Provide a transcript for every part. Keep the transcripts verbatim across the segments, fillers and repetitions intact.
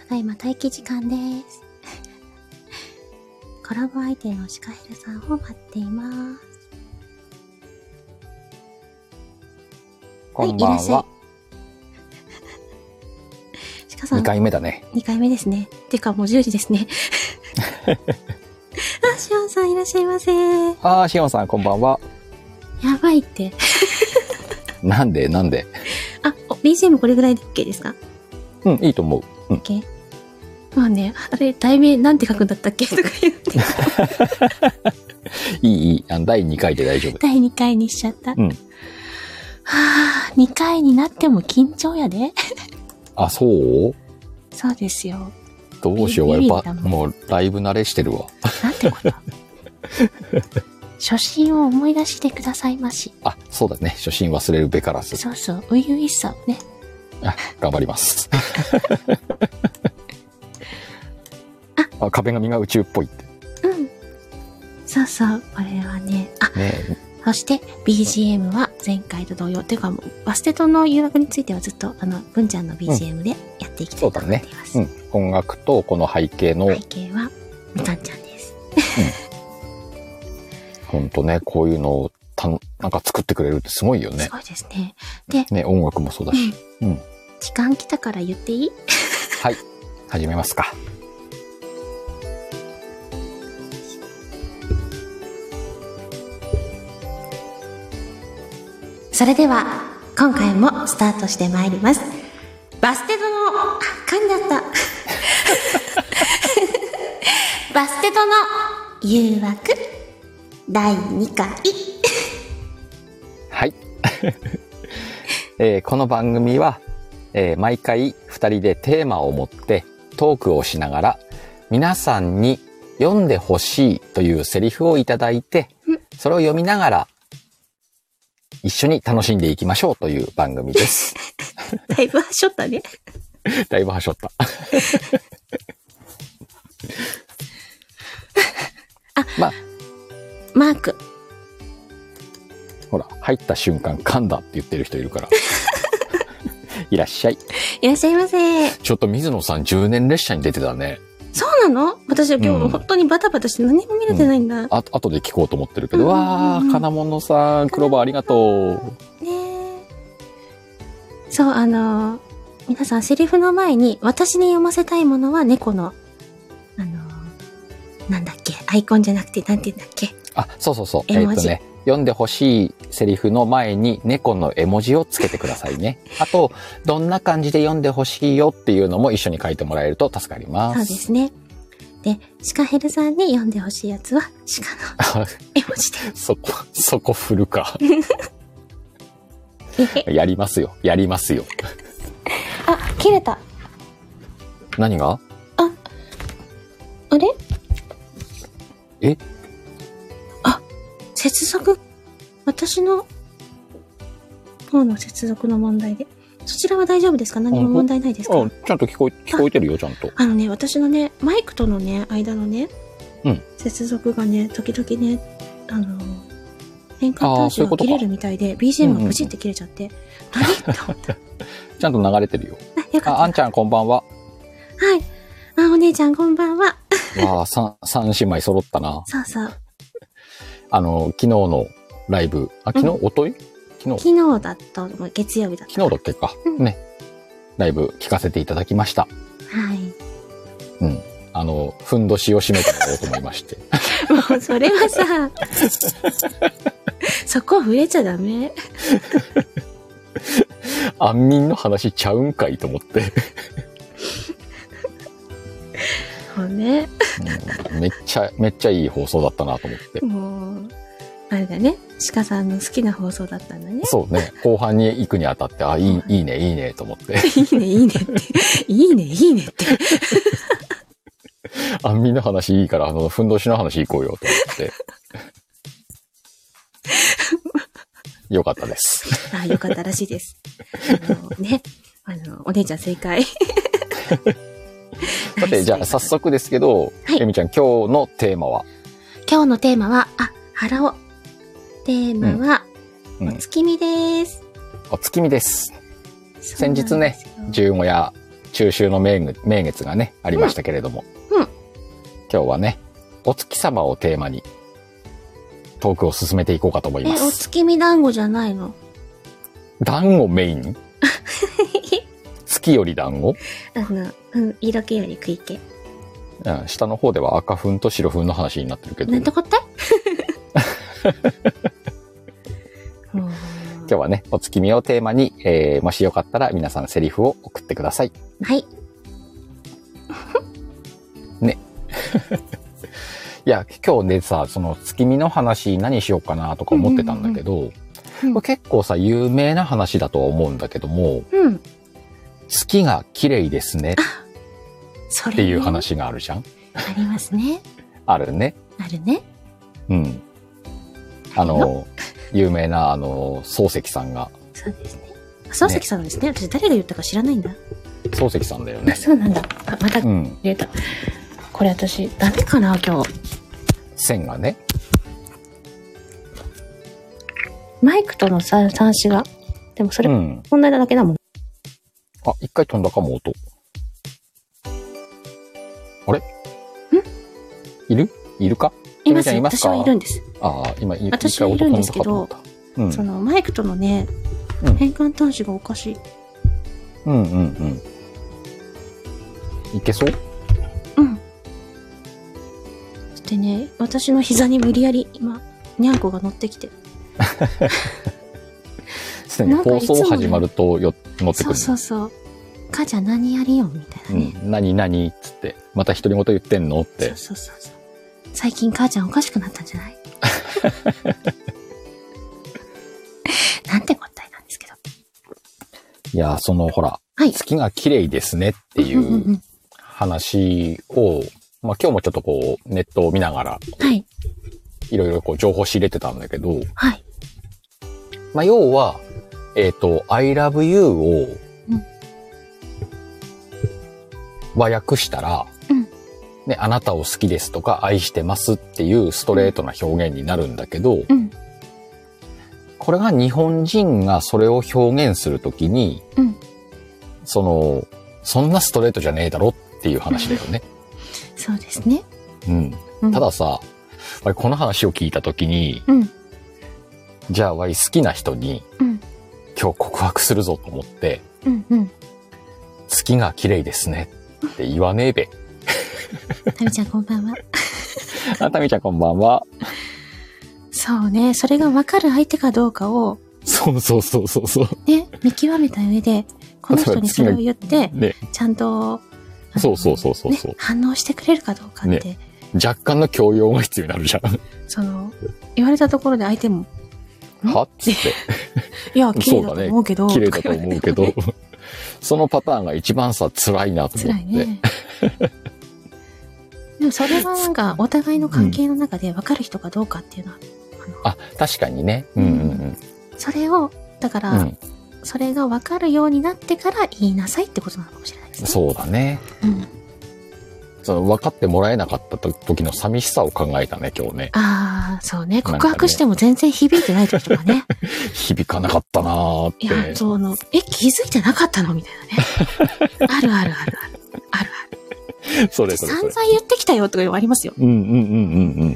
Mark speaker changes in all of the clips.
Speaker 1: ただいま待機時間です。コラボ相手のシカヘルさんを待っています。
Speaker 2: こんばんは。はい、いらっしゃい。
Speaker 1: シカさん。
Speaker 2: にかいめだね。
Speaker 1: にかいめですね。てかもうじゅうじですね。あ、シオンさんいらっしゃいませ。
Speaker 2: あー、シオンさんこんばんは。
Speaker 1: やばいって。
Speaker 2: なんでなんで
Speaker 1: あ、ビージーエム これぐらいで OK ですか？
Speaker 2: うん、いいと思う。うん。
Speaker 1: OK。まあね、あれ、題名なんて書くんだったっけとか言って。
Speaker 2: いい、いい。あの、だいにかいで大丈夫。
Speaker 1: だいにかいにしちゃった。
Speaker 2: うん。
Speaker 1: はぁ、にかいになっても緊張やで。
Speaker 2: あ、そう
Speaker 1: そうですよ。
Speaker 2: どうしよう。やっぱ、もう、ライブ慣れしてるわ。
Speaker 1: なんてこと初心を思い出してくださいまし。
Speaker 2: あ、そうだね。初心忘れるべからず。
Speaker 1: そうそう。初々しさをね。
Speaker 2: あ、頑張ります。あ、壁紙が宇宙っぽいって。
Speaker 1: うん。そうそう。これはね。あ、
Speaker 2: ね。
Speaker 1: そして ビージーエム は前回と同様。というかもう、バステトの誘惑についてはずっと、あの、文ちゃんの ビージーエム でやっていきたいと思っています。
Speaker 2: うん、そうだね。うん。音楽とこの背景の。
Speaker 1: 背景は、みかんちゃんです。
Speaker 2: うん。ほんとね、こういうのをた、なんか作ってくれるってすごいよね。
Speaker 1: すごいですね。で、
Speaker 2: ね、音楽もそうだし。うん。うん、
Speaker 1: 時間来たから言っていい？
Speaker 2: はい。始めますか。
Speaker 1: それでは今回もスタートしてまいります。バステトの、あ、噛んじゃった。バステトの誘惑だいにかい。
Speaker 2: はい、えー。この番組は、えー、毎回ふたりでテーマを持ってトークをしながら皆さんに読んでほしいというセリフをいただいて、それを読みながら一緒に楽しんでいきましょうという番組です。
Speaker 1: だいぶはしょったね。
Speaker 2: だいぶはしょった。
Speaker 1: あ、
Speaker 2: まあ、
Speaker 1: マーク。
Speaker 2: ほら、入った瞬間噛んだって言ってる人いるから。いらっしゃい。
Speaker 1: いらっしゃいませ。
Speaker 2: ちょっと水野さんじゅうねん列車に出てたね。
Speaker 1: そうなの？私は今日本当にバタバタして何も見れてないんだ。うん、
Speaker 2: あ、後で聞こうと思ってるけど、うんうんうん、わー、金物さん、クローバーありがとう。
Speaker 1: ねえ。そう、あのー、皆さんセリフの前に私に読ませたいものは猫の、あのー、なんだっけ、アイコンじゃなくてなんて言うんだっけ。
Speaker 2: あ、そうそうそう。えっとね、読んでほしいセリフの前に猫の絵文字をつけてくださいね。あと、どんな感じで読んでほしいよっていうのも一緒に書いてもらえると助かります。
Speaker 1: そうですね。で、シカヘルさんに読んでほしいやつは、鹿の絵文字で。
Speaker 2: そこ、そこ振るか。やりますよ。やりますよ。
Speaker 1: あ、切れた。
Speaker 2: 何が？
Speaker 1: あ、あれ？
Speaker 2: え？
Speaker 1: あ、接続。私の方の接続の問題で。そちらは大丈夫ですか？何も問題ないですか？
Speaker 2: うん、ちゃんと聞こえ、聞こえてるよ、ちゃんと。
Speaker 1: あのね、私のね、マイクとのね、間のね、
Speaker 2: うん。
Speaker 1: 接続がね、時々ね、あの、変換端子が切れるみたいで、ビージーエム がブチって切れちゃって、何って思った。
Speaker 2: ちゃんと流れてるよ。
Speaker 1: あ、よかった。
Speaker 2: あ、あんちゃんこんばんは。
Speaker 1: はい。あ、お姉ちゃんこんばんは。
Speaker 2: わあ、三、三姉妹揃ったな。
Speaker 1: そうそう。
Speaker 2: あの、昨日のライブ、あ、昨日、うん、おとい昨日。
Speaker 1: 昨日だった、月曜日だった。
Speaker 2: 昨日だっけか。うん、ね。ライブ聞かせていただきました。
Speaker 1: はい。
Speaker 2: うん。あの、ふんどしを締めてもらおうと思いまして。
Speaker 1: もう、それはさ、そこ触れちゃダメ。
Speaker 2: 安眠の話ちゃうんかいと思って。
Speaker 1: もうね、
Speaker 2: うん。めっちゃ、めっちゃいい放送だったなと思って。も
Speaker 1: う、あれだね。鹿さんの好きな放送だったんだね。
Speaker 2: そうね。後半に行くにあたって、あ、いい、いいね、いいね、と思って。
Speaker 1: いいね、いいねって。いいね、いいねって。
Speaker 2: 安眠の話いいから、あの、ふんどしの話行こうよ、と思って。よかったです。
Speaker 1: あ、よかったらしいです。あのね、あの、お姉ちゃん正解。
Speaker 2: さて、じゃあ早速ですけど、はい、えみちゃん、今日のテーマは？
Speaker 1: 今日のテーマは、あ、腹を。テーマは、うんうん、お月見です。
Speaker 2: お月見です。先日ね、十五夜中秋の名月名月がね、ありましたけれども。
Speaker 1: うん。うん、
Speaker 2: 今日はね、お月様をテーマに、トークを進めていこうかと思います。
Speaker 1: え、お月見団子じゃないの？
Speaker 2: 団子メイン月より団子？
Speaker 1: あの、うん、色気より食い気。
Speaker 2: うん、下の方では赤粉と白粉の話になってるけど。
Speaker 1: なんとこって
Speaker 2: 今日はね、お月見をテーマに、えー、もしよかったら皆さんセリフを送ってください。
Speaker 1: はい。
Speaker 2: ね。いや、今日ねさ、その月見の話何しようかなとか思ってたんだけど、うんうんうん、これ結構さ、有名な話だとは思うんだけども、うん、月が綺麗ですね。
Speaker 1: それ
Speaker 2: っていう話があるじゃん。
Speaker 1: ありますね。
Speaker 2: あるね。
Speaker 1: あるね。
Speaker 2: うん。あの、有名な、あの、漱石さんが。
Speaker 1: そうですね。漱石さんですね。私誰が言ったか知らないんだ。
Speaker 2: 漱石さんだよね。
Speaker 1: そうなんだ。あ、また入れた。うん、これ私、ダメかな、今日。
Speaker 2: 線がね。
Speaker 1: マイクとのさ、端子が。でもそれ、問題なだけだもん。うん、
Speaker 2: あ、一回飛んだかも、音。あれ？ん？いる？いるか？
Speaker 1: います。私はいるんです。
Speaker 2: ああ、今、
Speaker 1: 私はいるんですけど、うん、そのマイクとのね、うん、変換端子がおかしい。
Speaker 2: うんうんうん。いけそう？
Speaker 1: うん。そしてね、私の膝に無理やり今、にゃんこが乗ってきて。
Speaker 2: すでに放送始まるとよ乗ってくる。
Speaker 1: そうそうそう。母ちゃん何やりよみたいなね。
Speaker 2: うん、何何っつって、また独り言言ってんのって。
Speaker 1: そうそうそうそう。最近母ちゃんおかしくなったんじゃないなんて答えなんですけど。
Speaker 2: いや、そのほら、はい、月が綺麗ですねっていう話を、まあ今日もちょっとこうネットを見ながら、はい。いろいろこう情報仕入れてたんだけど、はい。まあ要は、えっと、I love you を、和訳したら、うんね、あなたを好きですとか愛してますっていうストレートな表現になるんだけど、うん、これが日本人がそれを表現するときに、うん、その、そんなストレートじゃねえだろっていう話だよね。
Speaker 1: そうですね。
Speaker 2: うん。うん、たださ、この話を聞いたときに、うん、じゃあわい好きな人に、うん、今日告白するぞと思って、うんうん、月が綺麗ですねって言わねえべ。
Speaker 1: タミちゃんこんばんは。
Speaker 2: あ、タミちゃんこんばんは。
Speaker 1: そうね、それが分かる相手かどうかを。
Speaker 2: そうそうそうそうそう。
Speaker 1: ね、見極めた上で、この人にそれを言って、ね、ちゃんと、
Speaker 2: そうそうそうそうそう、
Speaker 1: ね、反応してくれるかどうかって。ね、
Speaker 2: 若干の教養が必要になるじゃん。
Speaker 1: その、言われたところで相手も、
Speaker 2: はっつって。
Speaker 1: いや、綺麗だと思うけど。
Speaker 2: 綺麗だと思うけど。そのパターンが一番さ、辛いなと思って。辛いね。
Speaker 1: でもそれはなんか、お互いの関係の中で分かる人かどうかっていうのは。
Speaker 2: うん、あ, あ、確かにね。うんうんうん。
Speaker 1: それを、だから、うん、それが分かるようになってから言いなさいってことなのかもしれないですね。
Speaker 2: そうだね。うん。その分かってもらえなかった時の寂しさを考えたね、今日ね。
Speaker 1: ああ、そうね。告白しても全然響いてない時とかね。
Speaker 2: 響かなかったなーって。
Speaker 1: いや、その、え、気づいてなかったのみたいなね。あるあるあるある。あるある。
Speaker 2: それそれそれ。
Speaker 1: 散々言ってきたよとかいうのありますよ。
Speaker 2: うんうんうんうんうん。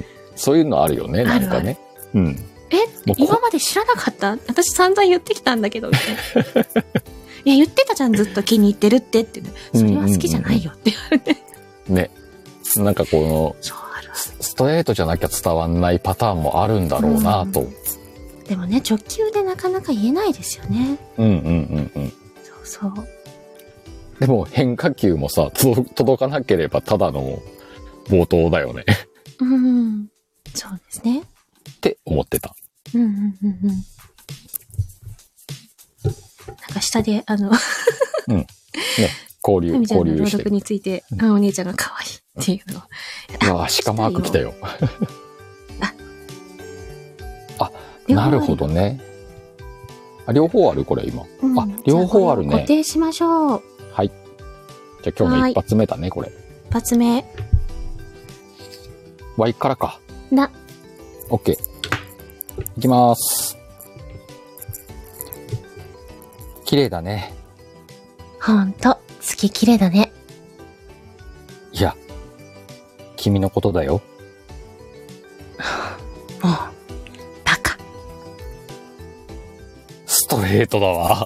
Speaker 2: そういうのあるよね、なんかね。うん。
Speaker 1: え、今まで知らなかった？私散々言ってきたんだけど、みたいな。いや、言ってたじゃん、ずっと気に入ってるってって。それは好きじゃないよって言われて。
Speaker 2: ね。なんかこの、ストレートじゃなきゃ伝わんないパターンもあるんだろうなと、うん。
Speaker 1: でもね、直球でなかなか言えないですよね。
Speaker 2: うんうんうんうん。
Speaker 1: そうそう。
Speaker 2: でも変化球もさ、届かなければただの冒頭だよね。
Speaker 1: うん。そうですね。
Speaker 2: って思ってた。
Speaker 1: うんうんうんうん。なんか下で、あの、
Speaker 2: うん。ね。交流、交流して。
Speaker 1: 朗読について、うん、お姉ちゃんが可愛いっていうのを。
Speaker 2: うわぁ、鹿マーク来たよ。あ、あ、なるほどね。あ、両方あるこれ今。うん、あ、両方あるね。
Speaker 1: 固定しましょう。
Speaker 2: はい。じゃあ今日の一発目だね、これ。
Speaker 1: 一発目。
Speaker 2: Y からか。
Speaker 1: な。
Speaker 2: OK。いきます。綺麗だね。
Speaker 1: ほんと、月月綺麗だね。
Speaker 2: いや、君のことだよ。
Speaker 1: もう、バカ。
Speaker 2: ストレートだわ。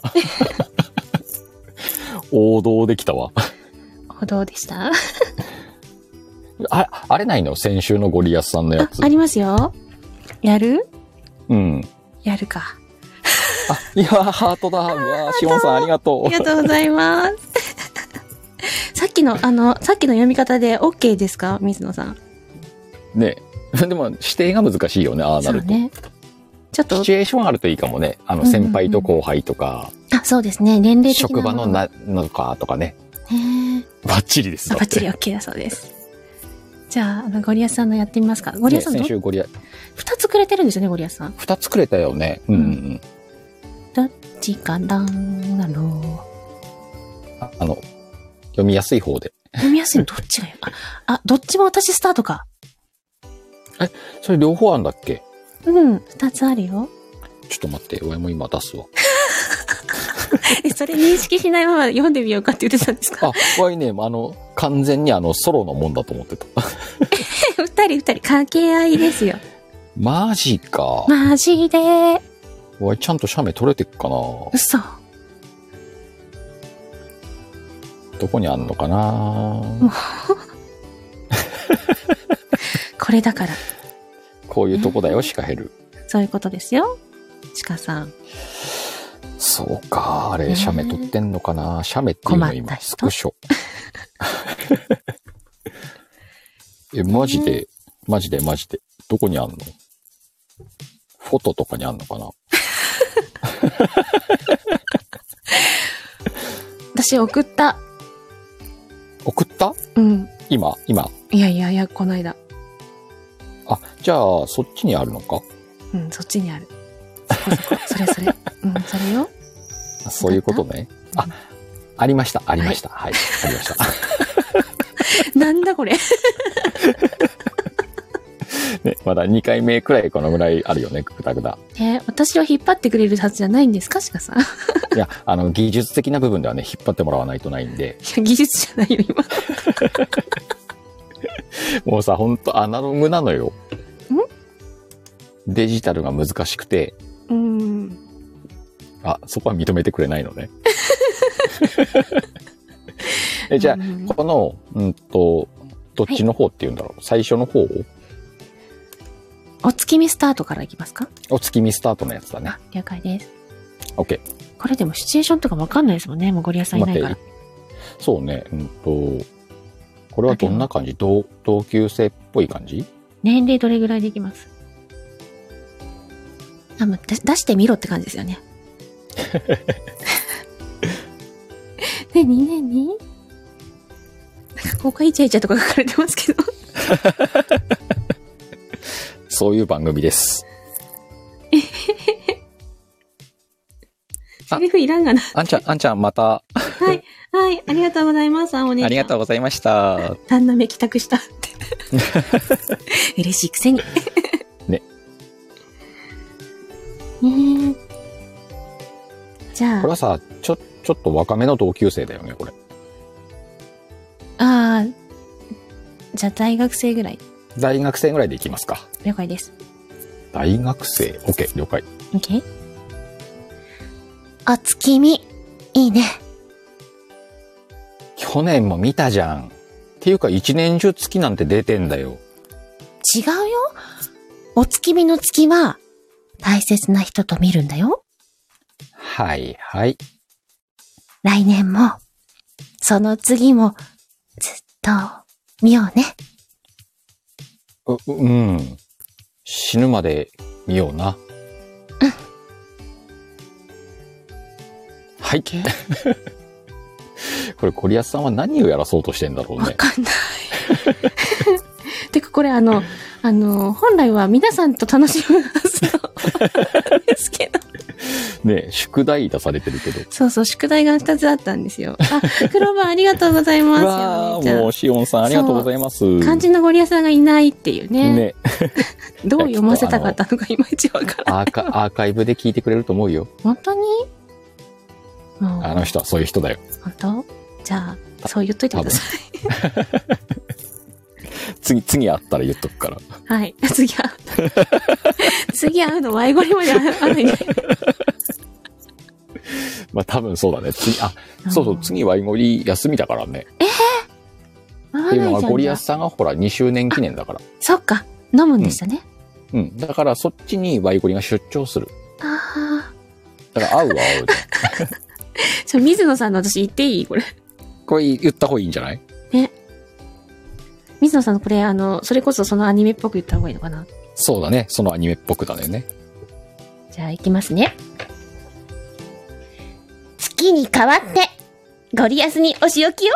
Speaker 2: 王道できたわ。
Speaker 1: 王道でした？
Speaker 2: あ、あれないの？先週のゴリアスさんのやつ。
Speaker 1: あ、ありますよ。やる？
Speaker 2: うん。
Speaker 1: やるか。
Speaker 2: あ、いやー、ハートだ。うわー、シオンさんありがとう。
Speaker 1: ありがとうございます。さっきの、あの、さっきの読み方で OK ですか？水野さん。
Speaker 2: ね。でも、指定が難しいよね、ああなると。そうね。
Speaker 1: ちょっと。
Speaker 2: シチュエーションあるといいかもね。あの、先輩と後輩とか。
Speaker 1: うんうんうん、あ、そうですね。年齢的な。
Speaker 2: 職場のな、のかとかね。
Speaker 1: へー。
Speaker 2: バッチリです。
Speaker 1: バッチリ OK だそうです。じゃあ、あの、ゴリアスさんのやってみますか。ゴリアスさん、ね、
Speaker 2: 先週ゴリア。
Speaker 1: 二つくれてるんですよね、ゴリアスさん。
Speaker 2: 二つくれたよね。うんうんうん。
Speaker 1: どっちかなんだろう。
Speaker 2: あ、あの、読みやすい方で。
Speaker 1: 読みやすいのどっちがよ。あ、あ、どっちも私スタートか。
Speaker 2: え、それ両方あるんだっけ？
Speaker 1: うん、二つあるよ。
Speaker 2: ちょっと待って、俺も今出すわ。
Speaker 1: え、それ認識しないまま読んでみようかって言ってたんですか？
Speaker 2: あ、わいね、あの、完全にあの、ソロのもんだと思ってた。
Speaker 1: 二人二人、掛け合いですよ。
Speaker 2: マジか。
Speaker 1: マジで。
Speaker 2: わい、ちゃんと写メ撮れてっかな？
Speaker 1: 嘘。
Speaker 2: どこにあんのかな？
Speaker 1: これだから。
Speaker 2: こういうとこだよ、シカヘル。
Speaker 1: そういうことですよ。シカさん。
Speaker 2: そうか、あれ、写メ撮ってんのかな？写メっていうの今、スクショ。え、マジで、マジで、マジで。どこにあんの？フォトとかにあんのかな？
Speaker 1: 私送った。
Speaker 2: 送った？
Speaker 1: うん。
Speaker 2: 今今
Speaker 1: いやいやいや、この間。
Speaker 2: あ、じゃあ、そっちにあるのか？
Speaker 1: うん、そっちにある。そこそこ、それそれ。うん、それよ。
Speaker 2: そういうことね。あ、うん、ありました、ありました。はい、はい、ありました。
Speaker 1: なんだこれ。
Speaker 2: ね、まだにかいめくらいこのぐらいあるよね、ぐだぐだ。
Speaker 1: えー、私を引っ張ってくれるはずじゃないんですか、シカさん。
Speaker 2: いや、あの、技術的な部分ではね、引っ張ってもらわないとないんで。
Speaker 1: いや、技術じゃないよ、今。
Speaker 2: もうさ、ほんとアナログなのよ。ん？デジタルが難しくて。
Speaker 1: うーん。
Speaker 2: あ、そこは認めてくれないのね。え、じゃあ、この、うんと、どっちの方って言うんだろう、はい、最初の方？
Speaker 1: お月見スタートからいきますか？
Speaker 2: お月見スタートのやつだね。
Speaker 1: あ、了解です。
Speaker 2: OK。
Speaker 1: これでもシチュエーションとかわかんないですもんね。もうゴリアスさんいないから。
Speaker 2: そうね。うんと、これはどんな感じ？同、同級生っぽい感じ？
Speaker 1: 年齢どれぐらいでいきます？あ、もう出してみろって感じですよね。ねにねになんか公開イチャイチャとか書かれてますけど。
Speaker 2: そういう番組です。
Speaker 1: セリフいらんがな。
Speaker 2: あんちゃん、あんちゃんまた。
Speaker 1: はい、はい、ありがとうございます、お姉ちゃん。
Speaker 2: ありがとうございました。
Speaker 1: 旦那め帰宅したって。嬉しいくせに。
Speaker 2: ね。
Speaker 1: えー、じゃあ。
Speaker 2: これはさ、ちょ、ちょっと若めの同級生だよね、これ。
Speaker 1: ああ、じゃあ大学生ぐらい。
Speaker 2: 大学生ぐらいでいきますか。
Speaker 1: 了解です。
Speaker 2: 大学生 ?OK、了解。
Speaker 1: OK。お月見、いいね。
Speaker 2: 去年も見たじゃん。っていうか一年中月なんて出てんだよ。
Speaker 1: 違うよ。お月見の月は大切な人と見るんだよ。
Speaker 2: はいはい。
Speaker 1: 来年も、その次も、ずっと見ようね。
Speaker 2: う、うん。死ぬまで見ような。
Speaker 1: うん。
Speaker 2: はい。これ、コリアスさんは何をやらそうとしてんだろうね。
Speaker 1: わかんない。てか、これあの、あの、本来は皆さんと楽しむはずなんですけど。
Speaker 2: ねえ、宿題出されてるけど。
Speaker 1: そうそう、宿題がふたつあったんですよ。あ、クローバーありがとうございます。
Speaker 2: うわー、もう、シオンさんありがとうございます。
Speaker 1: 肝心のゴリアさんがいないっていうね。
Speaker 2: ね。
Speaker 1: どう読ませたかったのかいまいちわからない。
Speaker 2: アーカ、アーカイブで聞いてくれると思うよ。
Speaker 1: 本当に？
Speaker 2: あの人はそういう人だよ。
Speaker 1: 本当？ じゃあ、そう言っといてください。
Speaker 2: 次、次会ったら言っとくから。
Speaker 1: はい。次会う。次会うの、ワイゴリまで会わないね。
Speaker 2: まあ多分そうだね。次、あ、そうそう、次ワイゴリ休みだからね。
Speaker 1: えぇ、ー、
Speaker 2: っていうのはゴリアスさんがほらにしゅうねん記念だから。
Speaker 1: そっか。飲むんでしたね。
Speaker 2: うん。うん、だからそっちにワイゴリが出張する。
Speaker 1: ああ。
Speaker 2: だから会うは会うで。
Speaker 1: ちょ、水野さんの私言っていいこれ。
Speaker 2: これ言った方がいいんじゃない？
Speaker 1: ね。水野さんのこれ、あの、それこそそのアニメっぽく言った方がいいのかな？
Speaker 2: そうだね。そのアニメっぽくだね。
Speaker 1: じゃあ行きますね。月に代わって、ゴリアスにお仕置きよ。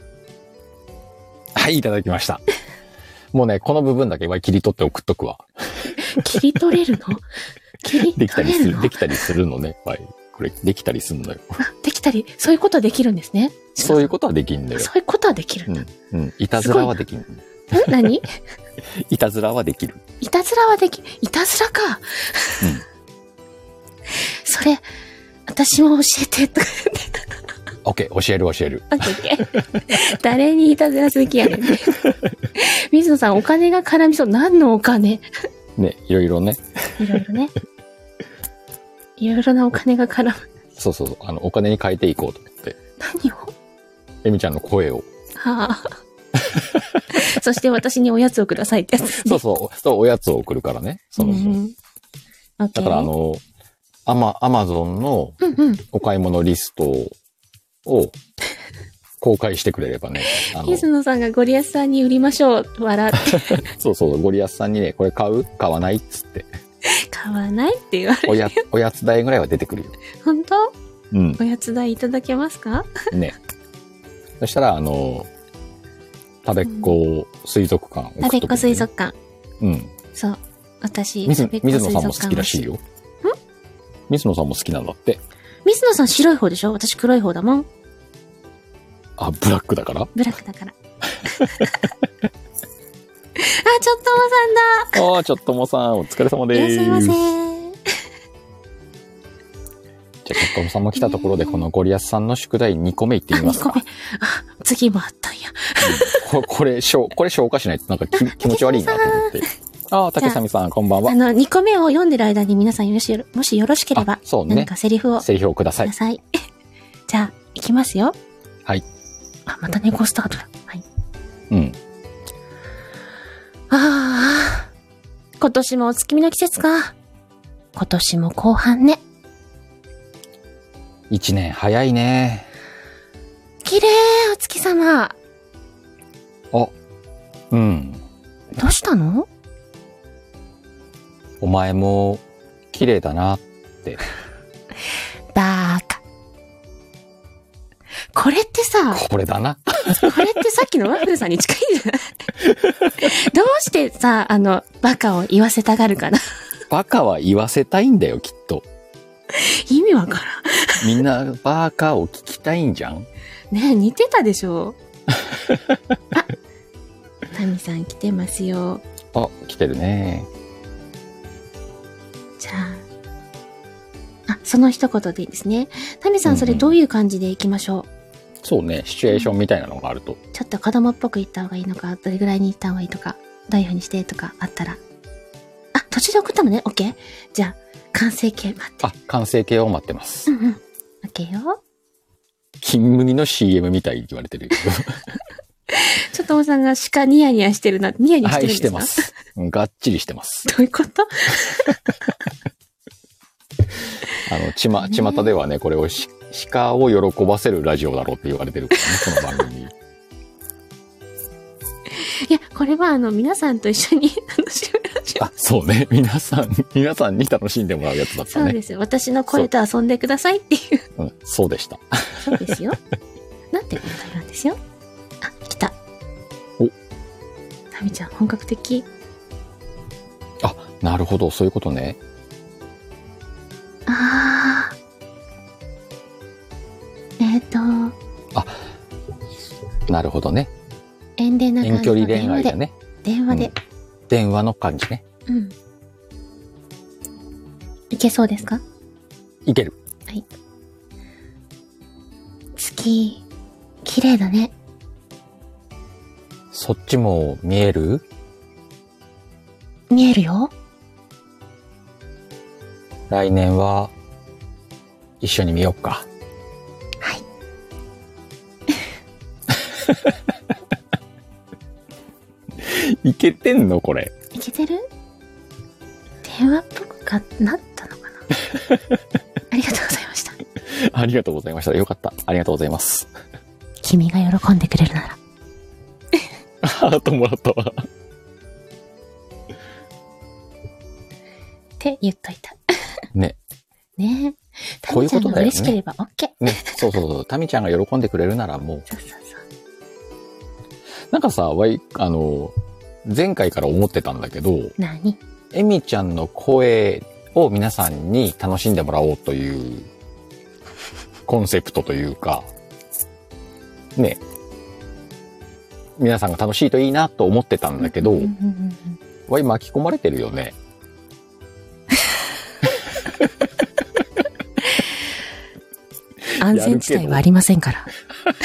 Speaker 2: はい、いただきました。もうね、この部分だけは切り取って送っとくわ。
Speaker 1: 切り取れるの？切り取れるの？
Speaker 2: できたりする、できたりするのね。はい。これ、できたりするのよ。
Speaker 1: できたり、そういうことはできるんですね。
Speaker 2: そういうことはできんだよ。
Speaker 1: そういうことはできるんだ。
Speaker 2: うん。うん。いたずらはできん。ん？
Speaker 1: 何？
Speaker 2: いたずらはできる。
Speaker 1: いたずらはでき、いたずらか。うん。それ、私も教えて、とか言って。
Speaker 2: オッケー、教える教える。
Speaker 1: オッケー。誰にいたずらする気やねん。水野さん、お金が絡みそう。何のお金？
Speaker 2: ね、いろいろね。
Speaker 1: いろいろね。いろいろなお金が絡む。
Speaker 2: そうそうそう。あの、お金に変えていこうと思って。
Speaker 1: 何を？
Speaker 2: エミちゃんの声を。
Speaker 1: はあ。そして私におやつをくださいってやつ、ね。
Speaker 2: そうそう。そう、おやつを送るからね。その、うん、だからあの、アマ、アマゾンのお買い物リストを公開してくれればね。
Speaker 1: あの水野さんがゴリアスさんに売りましょう。笑って。
Speaker 2: そうそう。ゴリアスさんにね、これ買う？買わない？っつって。
Speaker 1: 買わないって言われる。
Speaker 2: おや、おやつ代ぐらいは出てくるよ。
Speaker 1: 本当？
Speaker 2: うん。
Speaker 1: おやつ代いただけますか？ね。
Speaker 2: そしたら、あの、食べっ子水族館、
Speaker 1: ね、食べっ子水族館。
Speaker 2: うん。
Speaker 1: そう。私、
Speaker 2: 水野さんも好きらしいよ。ん？水野さんも好きなんだって。
Speaker 1: 水野さん白い方でしょ？私黒い方だもん。
Speaker 2: あ、ブラックだから？
Speaker 1: ブラックだから。あ、ちょっともさんだ。
Speaker 2: ああ、ちょっともさん、お疲れ様です。
Speaker 1: いらっしゃいませ。
Speaker 2: じゃあ、ちょっともさんも来たところで、このゴリアスさんの宿題にこめいってみますか。にこめ。
Speaker 1: あ、次もあったんや。
Speaker 2: うん、こ, これ、しょう、これ消化しないとなんかき気持ち悪いなと思って。ああ、竹さみさん、こんばんは。
Speaker 1: あの、にこめを読んでる間に皆さんよし、もしよろしければ、
Speaker 2: そうね。
Speaker 1: 何かセリフを。
Speaker 2: セリフをください。
Speaker 1: ください。じゃあ、いきますよ。
Speaker 2: はい。
Speaker 1: あ、また猫スタートだ。はい。
Speaker 2: うん。
Speaker 1: ああ、今年もお月見の季節か。今年も後半ね。
Speaker 2: 一年早いね。
Speaker 1: 綺麗、お月様。
Speaker 2: あ、うん。
Speaker 1: どうしたの？
Speaker 2: お前も綺麗だなって。
Speaker 1: バーカ。これってさ、
Speaker 2: これだな。
Speaker 1: これってさっきのワッフルさんに近いんじゃない？どうしてさ、あの、バカを言わせたがるかな。
Speaker 2: バカは言わせたいんだよ、きっと。
Speaker 1: 意味わからん。
Speaker 2: みんなバカを聞きたいんじゃん。
Speaker 1: ねえ、似てたでしょ。あ、タミさん来てますよ。
Speaker 2: あ、来てるね。
Speaker 1: じゃあ、あ、その一言でいいですね。タミさん、それどういう感じでいきましょう？うんうん、
Speaker 2: そうね、シチュエーションみたいなのがあると。
Speaker 1: ちょっと子供っぽく言った方がいいのか、どれぐらいに言った方がいいとか、どういう風にしてとかあったら。あ、途中で送ったのね。オッケー。じゃあ、完成形待って。
Speaker 2: あ、完成形を待ってます。
Speaker 1: うんうん。オッケーよ。
Speaker 2: 金麦の シーエム みたいに言われてる。
Speaker 1: ちょっとおさんが鹿ニヤニヤしてるな。ニヤニヤしてるんですか？
Speaker 2: はい、してます。がっちりしてます。
Speaker 1: どういうこと？
Speaker 2: あの、ちま、巷ではね、これをし、鹿を喜ばせるラジオだろうって言われてるからね、この番組。
Speaker 1: いや、これはあの、皆さんと一緒に楽しむラジオ。
Speaker 2: あ、そうね。皆さん、皆さんに楽しんでもらうやつだったね。
Speaker 1: そうですよ。私の声と遊んでくださいっていう。
Speaker 2: うん、そうでした。
Speaker 1: そうですよ。なんてことなんですよ。あ、来た。
Speaker 2: お。
Speaker 1: タミちゃん、本格的。
Speaker 2: あ、なるほど。そういうことね。
Speaker 1: あー。えっと。
Speaker 2: あ、なるほどね。
Speaker 1: 遠恋な感じの
Speaker 2: 遠距離恋愛だね。
Speaker 1: 電話で。
Speaker 2: うん、電話の感じね。
Speaker 1: うん。いけそうですか？
Speaker 2: いける。
Speaker 1: はい。月、 綺麗だね。
Speaker 2: そっちも見える？
Speaker 1: 見えるよ。
Speaker 2: 来年は一緒に見よっか。
Speaker 1: はい。
Speaker 2: いけてんのこれ。
Speaker 1: いけてる？電話っぽくかなったのかなありがとうございました。
Speaker 2: ありがとうございました。よかった。ありがとうございます。
Speaker 1: 君が喜んでくれるなら。
Speaker 2: ハートもらったわ。
Speaker 1: って言っといた。
Speaker 2: ね。
Speaker 1: ねえ。
Speaker 2: こういうことだよね。
Speaker 1: タミちゃんが嬉しければ OK。
Speaker 2: ね。そうそうそう。タミちゃんが喜んでくれるならもう。
Speaker 1: そうそうそう。
Speaker 2: なんかさ、わい、あの、前回から思ってたんだけど、
Speaker 1: 何？
Speaker 2: エミちゃんの声を皆さんに楽しんでもらおうというコンセプトというか、ね。皆さんが楽しいといいなと思ってたんだけど、
Speaker 1: うんうんうんうん、
Speaker 2: わい巻き込まれてるよね。
Speaker 1: 安全地帯はありませんから。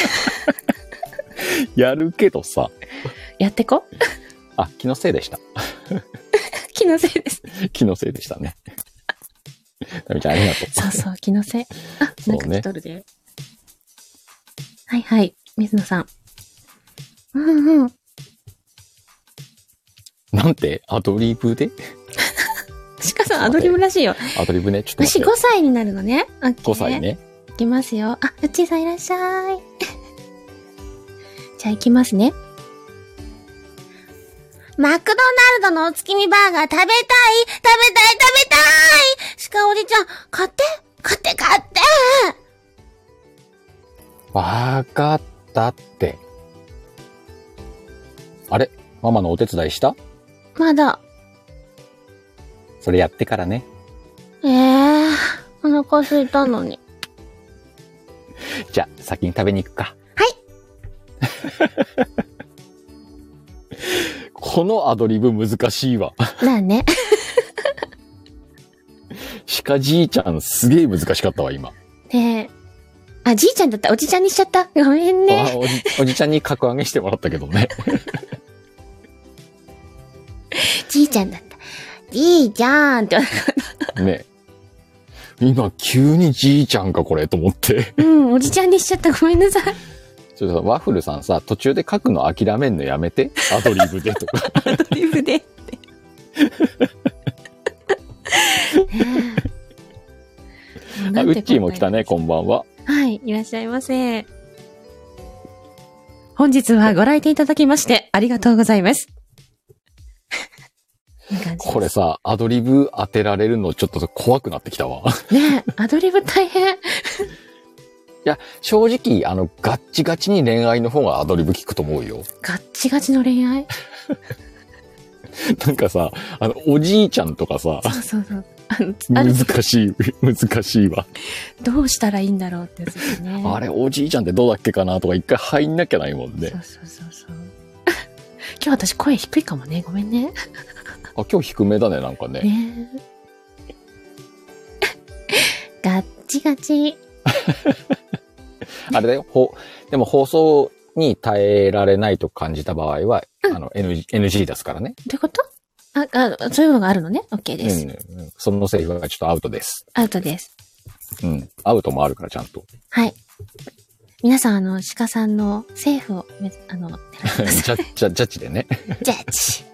Speaker 2: やるけどさ。
Speaker 1: やってこ。
Speaker 2: あ、気のせいでした。
Speaker 1: 気のせいです。
Speaker 2: 気のせいでしたね。タミちゃんありがとう。
Speaker 1: そうそう、気のせい。あ、なんか来とるで。はいはい、水野さん。うんうん。
Speaker 2: なんてアドリブで
Speaker 1: 鹿さんアドリブらしいよ。
Speaker 2: アドリブね。ちょっと待って。
Speaker 1: 私ごさいになるのね。
Speaker 2: ごさいね。
Speaker 1: いきますよ。あ、うっちーさんいらっしゃい。じゃあ行きますね。マクドナルドのお月見バーガー食べたい食べたい食べたい鹿おじちゃん、買って買って買って
Speaker 2: わかったって。あれママのお手伝いした？
Speaker 1: まだ。
Speaker 2: それやってからね。
Speaker 1: ええー、お腹空いたのに。
Speaker 2: じゃあ、先に食べに行くか。
Speaker 1: はい。
Speaker 2: このアドリブ難しいわ。
Speaker 1: なあね。
Speaker 2: 鹿じいちゃんすげえ難しかったわ、今。
Speaker 1: ねえ。あ、じいちゃんだった。おじちゃんにしちゃった。ごめんね。
Speaker 2: あおじ、おじちゃんに格上げしてもらったけどね。
Speaker 1: じいちゃんだった。じいちゃんって。
Speaker 2: ね。今、急にじいちゃんか、これ、と思って。
Speaker 1: うん、おじちゃんにしちゃった。ごめんなさい。
Speaker 2: ちょっとワッフルさんさ、途中で書くの諦めんのやめて。アドリブでとか。
Speaker 1: アドリブでって。
Speaker 2: あ、ウッチーも来たね、こんばんは。
Speaker 1: はい、いらっしゃいませ。本日はご来店いただきまして、ありがとうございます。
Speaker 2: これさ、アドリブ当てられるのちょっと怖くなってきたわ。
Speaker 1: ねえ、アドリブ大変。
Speaker 2: いや、正直、あの、ガッチガチに恋愛の方がアドリブ聞くと思うよ。
Speaker 1: ガッチガチの恋愛
Speaker 2: なんかさ、あの、おじいちゃんとかさ、
Speaker 1: そうそうそう。
Speaker 2: 難しい、難しいわ。
Speaker 1: どうしたらいいんだろうってやつですね。
Speaker 2: あれ、おじいちゃんってどうだっけかなとか一回入んなきゃないもんね。
Speaker 1: そうそうそうそう。今日私声低いかもね。ごめんね。
Speaker 2: あ、今日低めだね、なんかね。
Speaker 1: ねガッチガチ。
Speaker 2: あれだよ、ほ、でも放送に耐えられないと感じた場合は、うん、あの、エヌジー、エヌジー 出すからね。
Speaker 1: どういうこと？あ、あ、そういうのがあるのね。OK です。
Speaker 2: うん、うん。そのセリフがちょっとアウトです。
Speaker 1: アウトです。
Speaker 2: うん。アウトもあるから、ちゃんと。
Speaker 1: はい。皆さん、あの、鹿さんのセーフを、あの、
Speaker 2: ジャッジ、ジャッジでね。
Speaker 1: ジャッジ。シ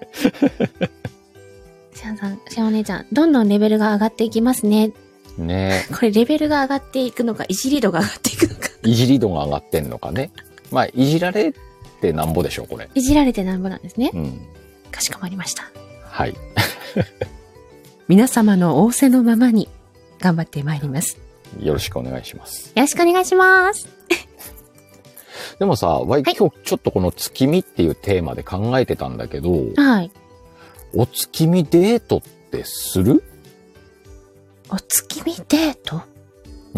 Speaker 1: ャンさん、シャンお姉ちゃん、どんどんレベルが上がっていきますね。
Speaker 2: ねえ。
Speaker 1: これレベルが上がっていくのか、いじり度が上がっていくのか。
Speaker 2: いじり度が上がってんのかね。まあ、いじられてなんぼでしょう、これ。
Speaker 1: いじられてなんぼなんですね。
Speaker 2: うん。
Speaker 1: かしこまりました。
Speaker 2: はい。
Speaker 1: 皆様の仰せのままに頑張ってまいります。
Speaker 2: よろしくお願いします。
Speaker 1: よろしくお願いします。
Speaker 2: でもさ、わい、はい、今日ちょっとこの月見っていうテーマで考えてたんだけど、
Speaker 1: はい。
Speaker 2: お月見デートってする？
Speaker 1: お月見デート？
Speaker 2: うん。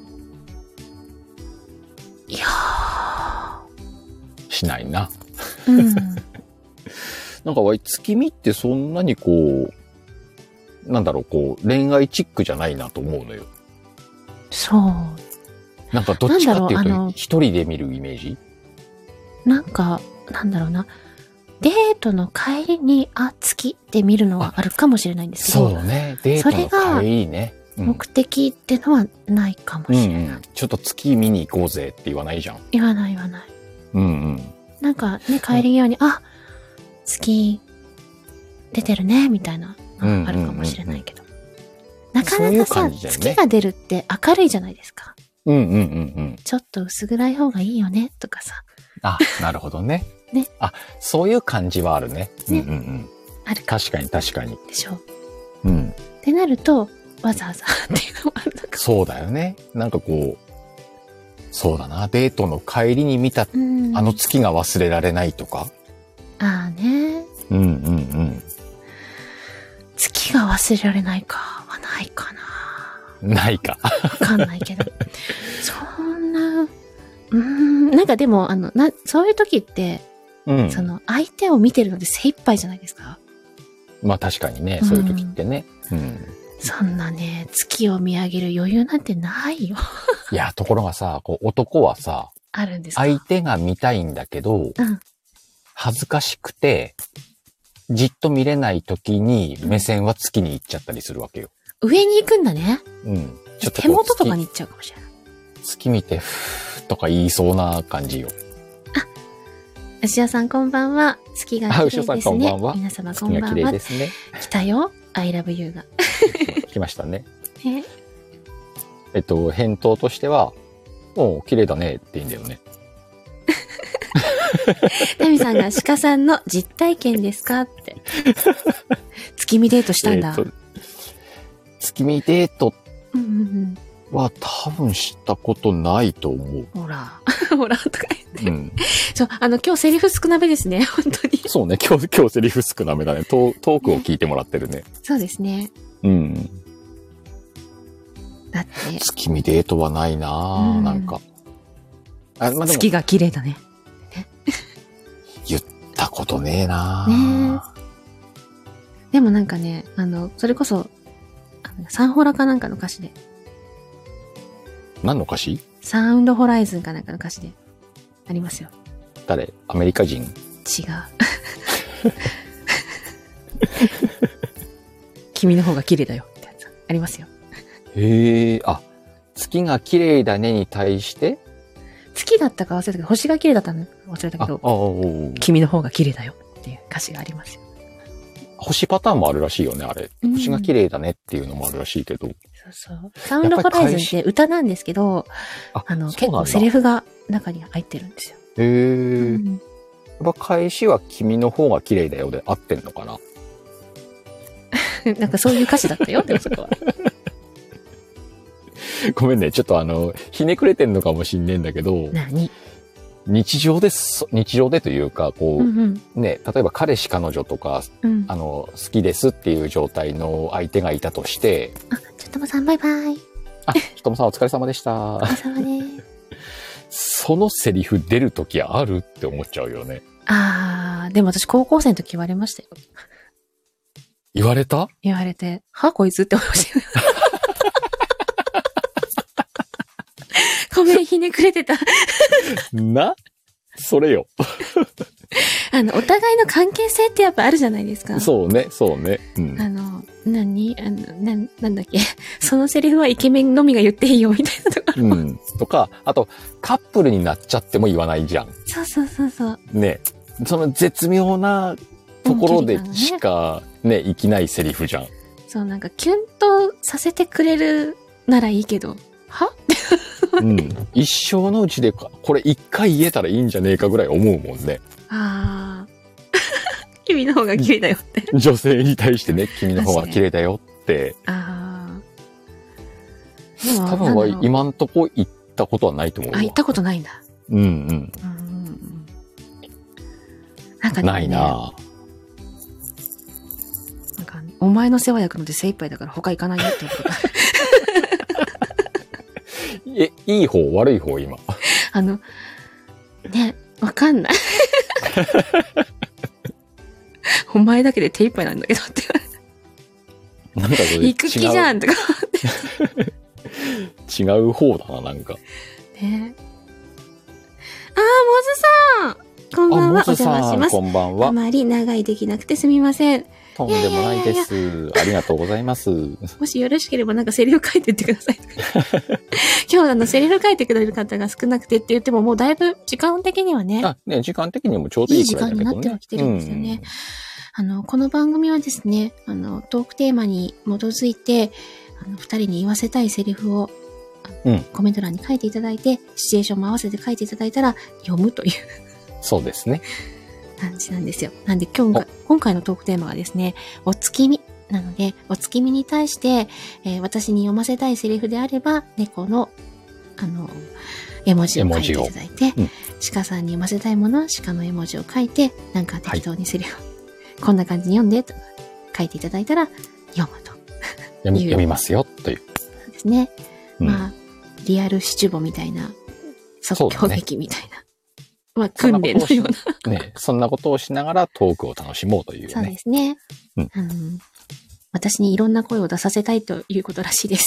Speaker 1: いやー。
Speaker 2: しないな。
Speaker 1: うん。
Speaker 2: なんかわい、月見ってそんなにこう、なんだろう、こう、恋愛チックじゃないなと思うのよ。
Speaker 1: そう。
Speaker 2: なんかどっちかっていう
Speaker 1: なんだろうあの
Speaker 2: と、一人で見るイメージ？
Speaker 1: なんか、なんだろうな。デートの帰りに、あ、月って見るのはあるかもしれないんですけど。
Speaker 2: そうね。デートの帰りね。うん、
Speaker 1: 目的ってのはないかもしれない、
Speaker 2: うんうん。ちょっと月見に行こうぜって言わないじゃん。
Speaker 1: 言わない言わない。
Speaker 2: うんうん。
Speaker 1: なんかね、帰り際に、あ、月出てるね、みたいな、あるかもしれないけど。なかなかさ、ね、月が出るって明るいじゃないですか。
Speaker 2: うんうんうんうん。
Speaker 1: ちょっと薄暗い方がいいよね、とかさ。
Speaker 2: あ、なるほどね。
Speaker 1: ね。
Speaker 2: あ、そういう感じはあるね。ね、うんうんうん。
Speaker 1: あるか。
Speaker 2: 確かに確かに。
Speaker 1: でしょ。
Speaker 2: うん。
Speaker 1: ってなると、わざわざっていうのもあるのか。
Speaker 2: そうだよね。なんかこう、そうだな。デートの帰りに見た、うん、あの月が忘れられないとか。
Speaker 1: ああね。
Speaker 2: うんうんうん。
Speaker 1: 月が忘れられないかはないか
Speaker 2: な。ないか。
Speaker 1: わかんないけど。そんな、うーん、なんかでも、あの、な、そういう時って、うん、その、相手を見てるので精一杯じゃないですか。
Speaker 2: まあ確かにね、そういう時ってね。うん。うん
Speaker 1: そんなね、月を見上げる余裕なんてないよ。
Speaker 2: いや、ところがさ、こう男はさ、
Speaker 1: あるんですか？
Speaker 2: 相手が見たいんだけど、うん、恥ずかしくて、じっと見れない時に目線は月に行っちゃったりするわけよ。
Speaker 1: 上に行くんだね。
Speaker 2: うん。
Speaker 1: ちょっと手元とかに行っちゃうかもしれない。
Speaker 2: 月見て、ふーとか言いそうな感じよ。
Speaker 1: あ、牛尾さんこんばんは。月が綺麗ですね。
Speaker 2: 牛尾さんこんばんは。
Speaker 1: 皆様こんばんは。
Speaker 2: 月が綺麗ですね。
Speaker 1: 来たよ。I love you が。
Speaker 2: 来ましたね。
Speaker 1: え
Speaker 2: えっと、返答としては、もう綺麗だねって言うんだよね。
Speaker 1: ナミさんが鹿さんの実体験ですかって。月見デートしたんだ。えー、
Speaker 2: 月見デートは多分したことないと思う。
Speaker 1: ほら、ほら、とか言って。
Speaker 2: うん。
Speaker 1: そう、あの、今日セリフ少なめですね、本当に。
Speaker 2: そうね、今日、今日セリフ少なめだね。ト, トークを聞いてもらってるね。
Speaker 1: そうですね。
Speaker 2: うん。
Speaker 1: だって。
Speaker 2: 月見デートはないなぁ、うん、なんか。
Speaker 1: あ、まあ、月が綺麗だね。ね
Speaker 2: 言ったことねえなぁ。
Speaker 1: ねえ。でもなんかね、あの、それこそ、サンホラかなんかの歌詞で。
Speaker 2: 何の歌詞？
Speaker 1: サウンドホライズンかなんかの歌詞で。ありますよ。
Speaker 2: 誰？アメリカ人？
Speaker 1: 違う。君の方が綺麗だよってやつありますよ。
Speaker 2: へえ、あ、月が綺麗だねに対して
Speaker 1: 月だったか忘れたけど、星が綺麗だったの忘れたけど、
Speaker 2: ああ
Speaker 1: 君の方が綺麗だよっていう歌詞がありますよ。
Speaker 2: 星パターンもあるらしいよね、あれ。うん、星が綺麗だねっていうのもあるらしいけど。
Speaker 1: そうそう。サウンドホライズンって歌なんですけど、あ, あの、結構セリフが中に入ってるんですよ。
Speaker 2: へえ、うん。やっぱ返しは君の方が綺麗だよで合ってんのかな
Speaker 1: なんかそういう歌詞だったよ、でもそこは。
Speaker 2: ごめんね、ちょっとあの、ひねくれてんのかもしんねえんだけど。
Speaker 1: 何？
Speaker 2: 日常です、日常でというか、こう、うんうん、ね、例えば彼氏彼女とか、うん、あの、好きですっていう状態の相手がいたとして。
Speaker 1: あ、ちょっともさんバイバイ。
Speaker 2: あ、ちょっともさんお疲れ様でした。
Speaker 1: お疲れ様です。
Speaker 2: そのセリフ出るときあるって思っちゃうよね。
Speaker 1: あー、でも私高校生の時言われましたよ。
Speaker 2: 言われた？
Speaker 1: 言われて、はこいつって思いましたよ。ごめん、ひねくれてた。
Speaker 2: な？それよ。
Speaker 1: あの、お互いの関係性ってやっぱあるじゃないですか。
Speaker 2: そうね、そうね。
Speaker 1: うん、あの、何あの、な、なんだっけ。そのセリフはイケメンのみが言っていいよ、みたいなところ。
Speaker 2: うん。とか、あと、カップルになっちゃっても言わないじゃん。
Speaker 1: そうそうそうそう。
Speaker 2: ね。その絶妙なところでしかね、生きないセリフじゃん。
Speaker 1: そう、なんかキュンとさせてくれるならいいけど、は
Speaker 2: うん、一生のうちでこれ一回言えたらいいんじゃねえかぐらい思うもんね。
Speaker 1: ああ。君の方が綺麗だよって。
Speaker 2: 女性に対してね、君の方が綺麗だよって。
Speaker 1: あ
Speaker 2: あ。多分は今んとこ言ったことはないと思うわ。
Speaker 1: あ、言ったことないんだ。
Speaker 2: うんうん。うんうん、
Speaker 1: なんかね。
Speaker 2: ないなぁ。
Speaker 1: なんか、お前の世話焼くので精一杯だから他行かないよってことだ。
Speaker 2: え、いい方悪い方今。
Speaker 1: あの、ね、わかんない。お前だけで手一杯なんだけどって言われて。なんかそれ行く気じゃんとか思って。
Speaker 2: 違う方だな、なんか。
Speaker 1: ね。あー、モズさんこんばんは。お邪魔します。
Speaker 2: こんばんは。
Speaker 1: あまり長いできなくてすみません。
Speaker 2: とんでもないです。いやいやいやありがとうございます。
Speaker 1: もしよろしければなんかセリフ書いてってください。今日あのセリフ書いてくれる方が少なくてって言ってももうだいぶ時間的にはね。
Speaker 2: あ、ね、時間的にもちょうどいいくらいだけどね。いい時間になってはきてるんですよね。うん、あの、この番組はですね、あの、トークテーマに基づいて、あの、二人に言わせたいセリフを、うん、コメント欄に書いていただいて、シチュエーションも合わせて書いていただいたら読むという。そうですね。感じなんですよ。なんで今日、今回のトークテーマはですね、お月見なので、お月見に対して、えー、私に読ませたいセリフであれば、猫の、あの、絵文字を書いていただいて、うん、鹿さんに読ませたいものは鹿の絵文字を書いて、なんか適当にセリフ、はい、こんな感じに読んで、と書いていただいたら、読むと。読み、読みますよ、という。そうですね。うん、まあ、リアルシチュボみたいな、即興劇みたいな。まあ、訓練のような。ね、そんなことをしながらトークを楽しもうというね。そうですね。うん、あの私にいろんな声を出させたいということらしいです。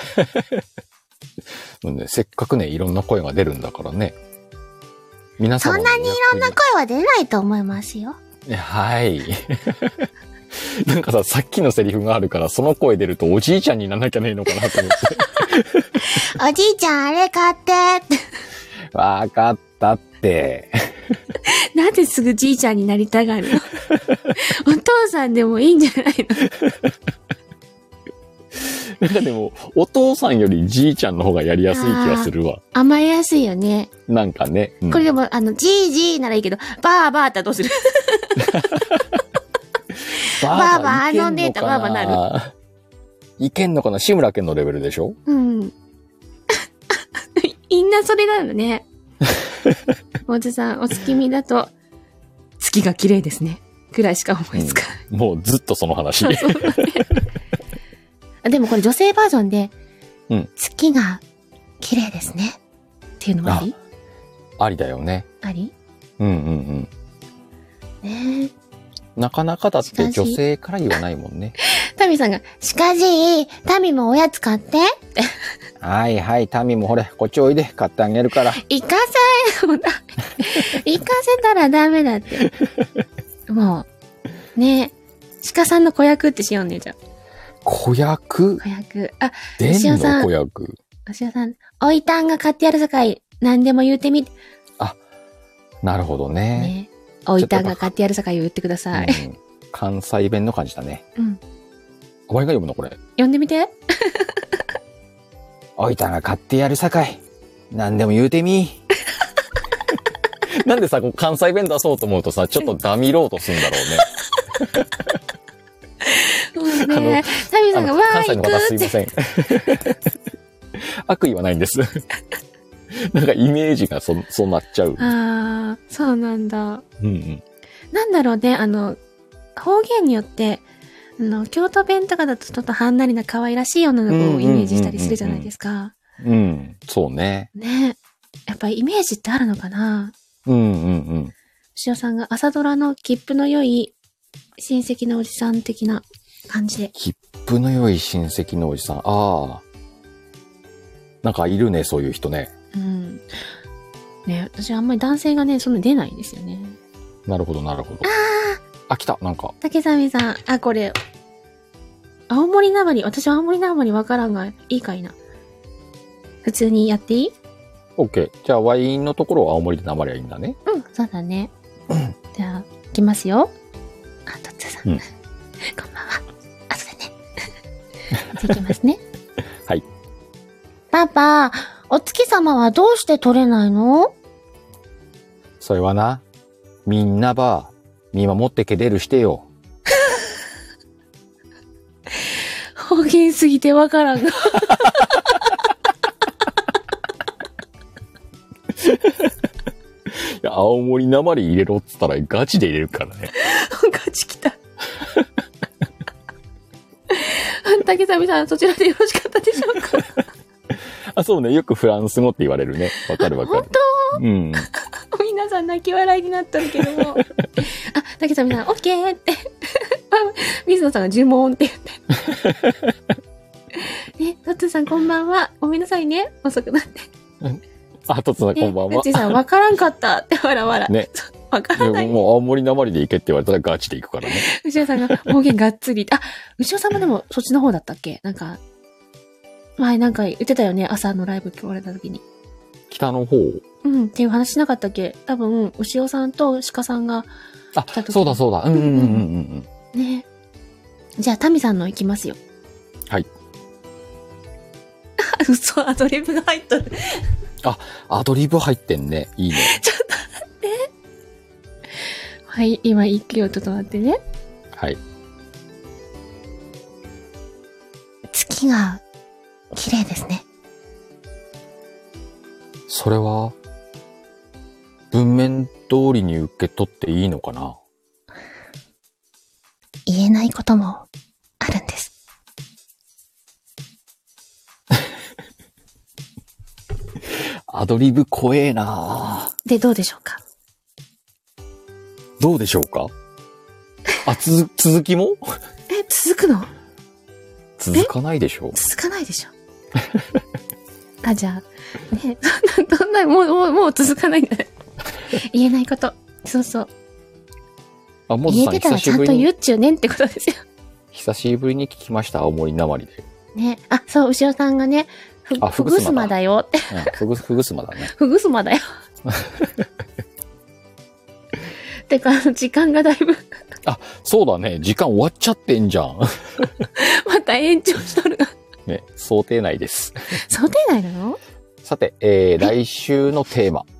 Speaker 2: ね、せっかくね、いろんな声が出るんだからね。皆さんそんなにいろんな声は出ないと思いますよ。はい。なんかさ、さっきのセリフがあるから、その声出るとおじいちゃんにならなきゃねえのかなと思って。おじいちゃん、あれ買って。わかったって。なんですぐじいちゃんになりたがるの？お父さんでもいいんじゃないの？なんかでも、お父さんよりじいちゃんの方がやりやすい気がするわ。甘えやすいよね。なんかね。うん、これでも、あの、じいじいならいいけど、ばあばあってどうする？ばあば、あのねってばあばなる。いけんのかな？志村けんのレベルでしょ？うん。みんなそれなのね。おじさん、お月見だと、月が綺麗ですね。くらいしか思いつかない。うん、もうずっとその話。そうそうね、でもこれ女性バージョンで、うん、月が綺麗ですね。っていうのもあり？ありだよね。あり？うんうんうん。ねえ。なかなかだって女性から言わないもんね。タミさんが、しかじい、タミもおやつ買ってはいはい、タミもほれ、こっちおいで、買ってあげるから。行かせもだ。行かせたらダメだって。もう、ねえ、鹿さんの子役ってしようね、じゃあ。子役？子役。あ、でんの子役。牛尾さん、おいたんが買ってやるさかい、何でも言うてみて。あ、なるほどね。ね、おいたんが買ってやるさかい言ってください、うん。関西弁の感じだね。うん。お前が読むのこれ。読んでみて。おいたんが買ってやるさかい、何でも言うてみ。なんでさ、こう関西弁出そうと思うとさ、ちょっとダミろうとするんだろうね。もうね、タミさんがわーい関西の方すいません。悪意はないんです。なんかイメージがそ、そうなっちゃう。ああ、そうなんだ。うんうん。なんだろうね、あの、方言によって、あの、京都弁とかだとちょっとはんなりな可愛らしい女の子をイメージしたりするじゃないですか。うん、そうね。ね。やっぱりイメージってあるのかな？うんうんうん。牛尾さんが朝ドラの切符の良い親戚のおじさん的な感じで。切符の良い親戚のおじさん。ああ。なんかいるね、そういう人ね。うん。ね、私あんまり男性がね、そんな出ないんですよね。なるほど、なるほど。ああ。あ、来た、なんか。竹さみさん、あ、これ。青森なまり、私青森なまりわからんが、いいかいな。普通にやっていい？ OK。じゃあ、ワインのところを青森でなまりゃいいんだね。うん、そうだね。じゃあ、いきますよ。あ、とっつさん。うん、こんばんは。あとでね。じゃあいきますね。はい。パパ、お月様はどうして取れないの？それはな、みんなば、見守ってけれるしてよ。方言すぎてわからんが。いや、青森なまり入れろっつったらガチで入れるからね。ガチきた。竹サミさん、そちらでよろしかったでしょうか？あ、そうね。よくフランス語って言われるね。わかるわかる。本当？うん。皆さん泣き笑いになったけども。あ、竹サミさん、オッケーって。水野さんが呪文って言って。ね、トッツーさんこんばんは。ごめんなさいね。遅くなって。 あ、とつなこんばんは。
Speaker 1: うちさん、わからんかったって笑わら。
Speaker 2: ね。
Speaker 1: わからない。
Speaker 2: もう青森なまりで行けって言われたらガチで行くからね。
Speaker 1: 牛尾さんが方言がっつり。あ、牛尾さんもでもそっちの方だったっけ？なんか、前なんか言ってたよね。朝のライブ来られた時に。
Speaker 2: 北の方。
Speaker 1: うん、っていう話しなかったっけ？多分、牛尾さんと鹿さんが
Speaker 2: あ、
Speaker 1: 来た時。
Speaker 2: そうだそうだ。うんうんうんうん
Speaker 1: うん。ね。じゃあ、タミさんの行きますよ。
Speaker 2: はい。
Speaker 1: 嘘、アドリブが入っとる。
Speaker 2: あ、アドリブ入ってんね。いいね。
Speaker 1: ちょっと待って。はい、今行くよ。ちょっと待ってね。
Speaker 2: はい。
Speaker 1: 月が綺麗ですね。
Speaker 2: それは、文面通りに受け取っていいのかな？
Speaker 1: 言えないこともあるんです。
Speaker 2: アドリブ怖えなぁ。
Speaker 1: で、どうでしょうか？
Speaker 2: どうでしょうか？あ、つづ、続きも？
Speaker 1: え、続くの？
Speaker 2: 続かないでしょ？
Speaker 1: 続かないでしょ。あ、じゃあ、ね、そんな、そんな、もう、もう、もう続かないんだね。言えないこと。そうそう。
Speaker 2: あ、も
Speaker 1: 言えてたらちゃんと言うっちゅうねんってことですよ。
Speaker 2: 久しぶりに聞きました、青森なまりで。
Speaker 1: ね。あ、そう、牛尾さんがね、ふ、
Speaker 2: あ、
Speaker 1: ふぐすまだよって。
Speaker 2: うん、ふぐ、ふぐすまだね。
Speaker 1: ふぐすまだよ。てか、時間がだいぶ。
Speaker 2: あ、そうだね。時間終わっちゃってんじゃん。
Speaker 1: また延長しとる。
Speaker 2: ね、想定内です。
Speaker 1: 想定内なの？
Speaker 2: さて、えー、来週のテーマ。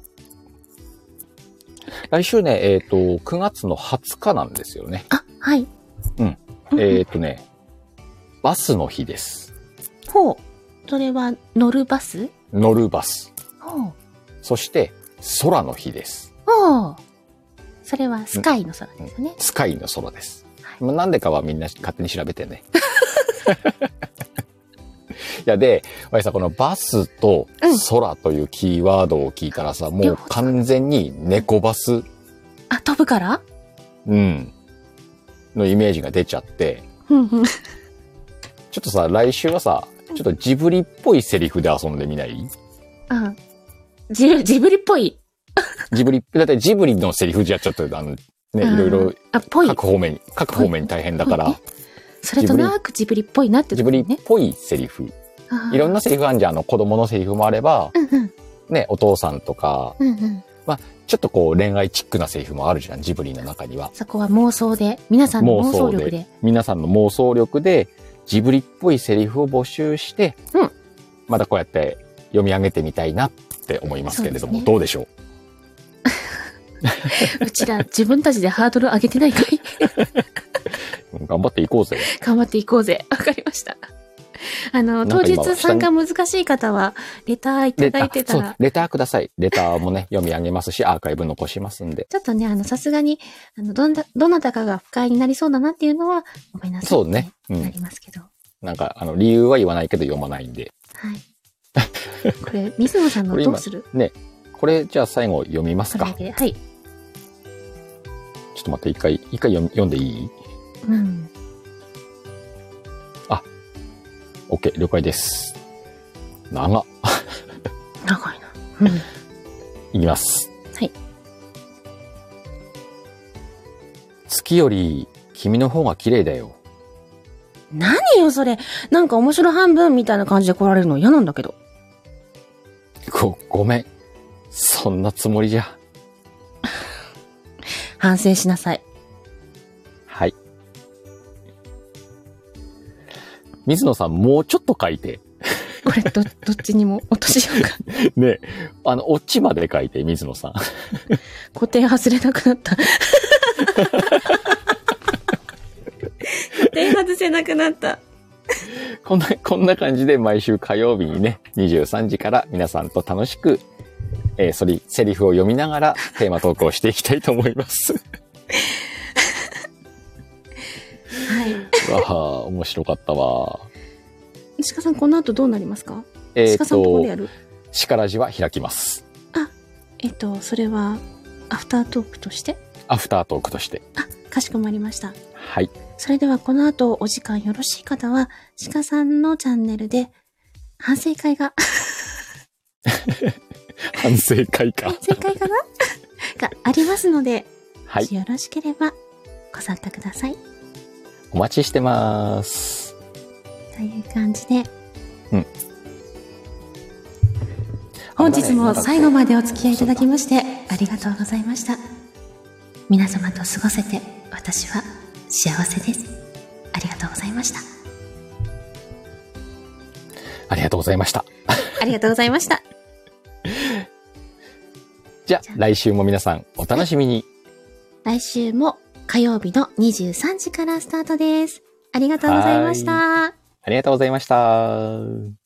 Speaker 2: 来週ね、えっと、くがつのはつかなんですよね。
Speaker 1: あ、はい。
Speaker 2: うん。えっとね、バスの日です。
Speaker 1: ほう。それは乗るバス？
Speaker 2: 乗るバス。
Speaker 1: ほう。
Speaker 2: そして、空の日です。
Speaker 1: ほう。それはスカイの空ですよね。
Speaker 2: スカイの空です。
Speaker 1: はい、
Speaker 2: まあ、なんでかはみんな勝手に調べてね。いや、で、おやさ、このバスと空というキーワードを聞いたらさ、うん、もう完全に猫バス。
Speaker 1: あ、飛ぶから？
Speaker 2: うん。のイメージが出ちゃって。ちょっとさ、来週はさ、ちょっとジブリっぽいセリフで遊んでみない？
Speaker 1: うん。ジ、ジブリっぽい。
Speaker 2: ジブリ、だってジブリのセリフじゃちょっと、あの、ね、いろいろ、各方面に、各方面に大変だから。
Speaker 1: それとなくジブリっぽいなって、ね、
Speaker 2: ジブリっぽいセリフ。いろんなセリフあるじゃん。あの、子供のセリフもあれば、
Speaker 1: うんうん、
Speaker 2: ね、お父さんとか、
Speaker 1: うんうん、
Speaker 2: まあ、ちょっとこう恋愛チックなセリフもあるじゃん、ジブリの中には。
Speaker 1: そこは妄想で、皆さんの妄想力で。で
Speaker 2: 皆さんの妄想力で、ジブリっぽいセリフを募集して、
Speaker 1: うん、
Speaker 2: またこうやって読み上げてみたいなって思いますけれども、ね、どうでしょう？
Speaker 1: うちら自分たちでハードル上げてないかい？
Speaker 2: 頑張っていこうぜ。
Speaker 1: 頑張っていこうぜ。わかりました。あの、当日参加難しい方は、レターいただいてたら。
Speaker 2: そう、レターください。レターもね、読み上げますし、アーカイブ残しますんで。
Speaker 1: ちょっとね、あの、さすがに、あの、どんだ、どなたかが不快になりそうだなっていうのは、ごめんなさい。
Speaker 2: そうね。
Speaker 1: うん。なりますけど。
Speaker 2: なんか、あの、理由は言わないけど読まないんで。
Speaker 1: はい。これ、水野さんのどうする？
Speaker 2: ね。これ、じゃあ最後読みますか。
Speaker 1: はい。
Speaker 2: ちょっと待って、一回、一回読読んでいい？
Speaker 1: うん。
Speaker 2: あ、OK、了解です。長っ。
Speaker 1: 長いな。うん。
Speaker 2: いきます。
Speaker 1: はい。
Speaker 2: 月より君の方が綺麗だよ。
Speaker 1: 何よ、それ。なんか面白半分みたいな感じで来られるの嫌なんだけど。
Speaker 2: ご、ごめん。そんなつもりじゃ。
Speaker 1: 反省しなさい。
Speaker 2: はい。水野さん、もうちょっと書いて。
Speaker 1: これ、ど、どっちにも落としようか。
Speaker 2: ねあの、オチまで書いて、水野さん。
Speaker 1: 固定外れなくなった。固定外せなくなった。
Speaker 2: こんな、こんな感じで毎週火曜日にね、にじゅうさんじから皆さんと楽しく、えー、それ、セリフを読みながらテーマトークをしていきたいと思います。
Speaker 1: はい。
Speaker 2: わあ、面白かったわ。
Speaker 1: 鹿さん、この後どうなりますか？
Speaker 2: えー、
Speaker 1: 鹿さんとこでやる？
Speaker 2: 鹿ラジは開きます。
Speaker 1: あ、えっと、それは、アフタートークとして？
Speaker 2: アフタートークとして。
Speaker 1: あ、かしこまりました。
Speaker 2: はい。
Speaker 1: それでは、この後、お時間よろしい方は、鹿さんのチャンネルで、反省会が。
Speaker 2: 反省会か。
Speaker 1: 反省会かながありますので、
Speaker 2: はい
Speaker 1: もしよろしければご参加ください。
Speaker 2: お待ちしてます。
Speaker 1: という感じで、
Speaker 2: うん。
Speaker 1: 本日も最後までお付き合いいただきましてありがとうございました。皆様と過ごせて私は幸せです。ありがとうございました。
Speaker 2: ありがとうございました。
Speaker 1: ありがとうございました。
Speaker 2: じゃあ来週も皆さんお楽しみに。
Speaker 1: 来週も火曜日のにじゅうさんじからスタートです。ありがとうございました。
Speaker 2: ありがとうございました。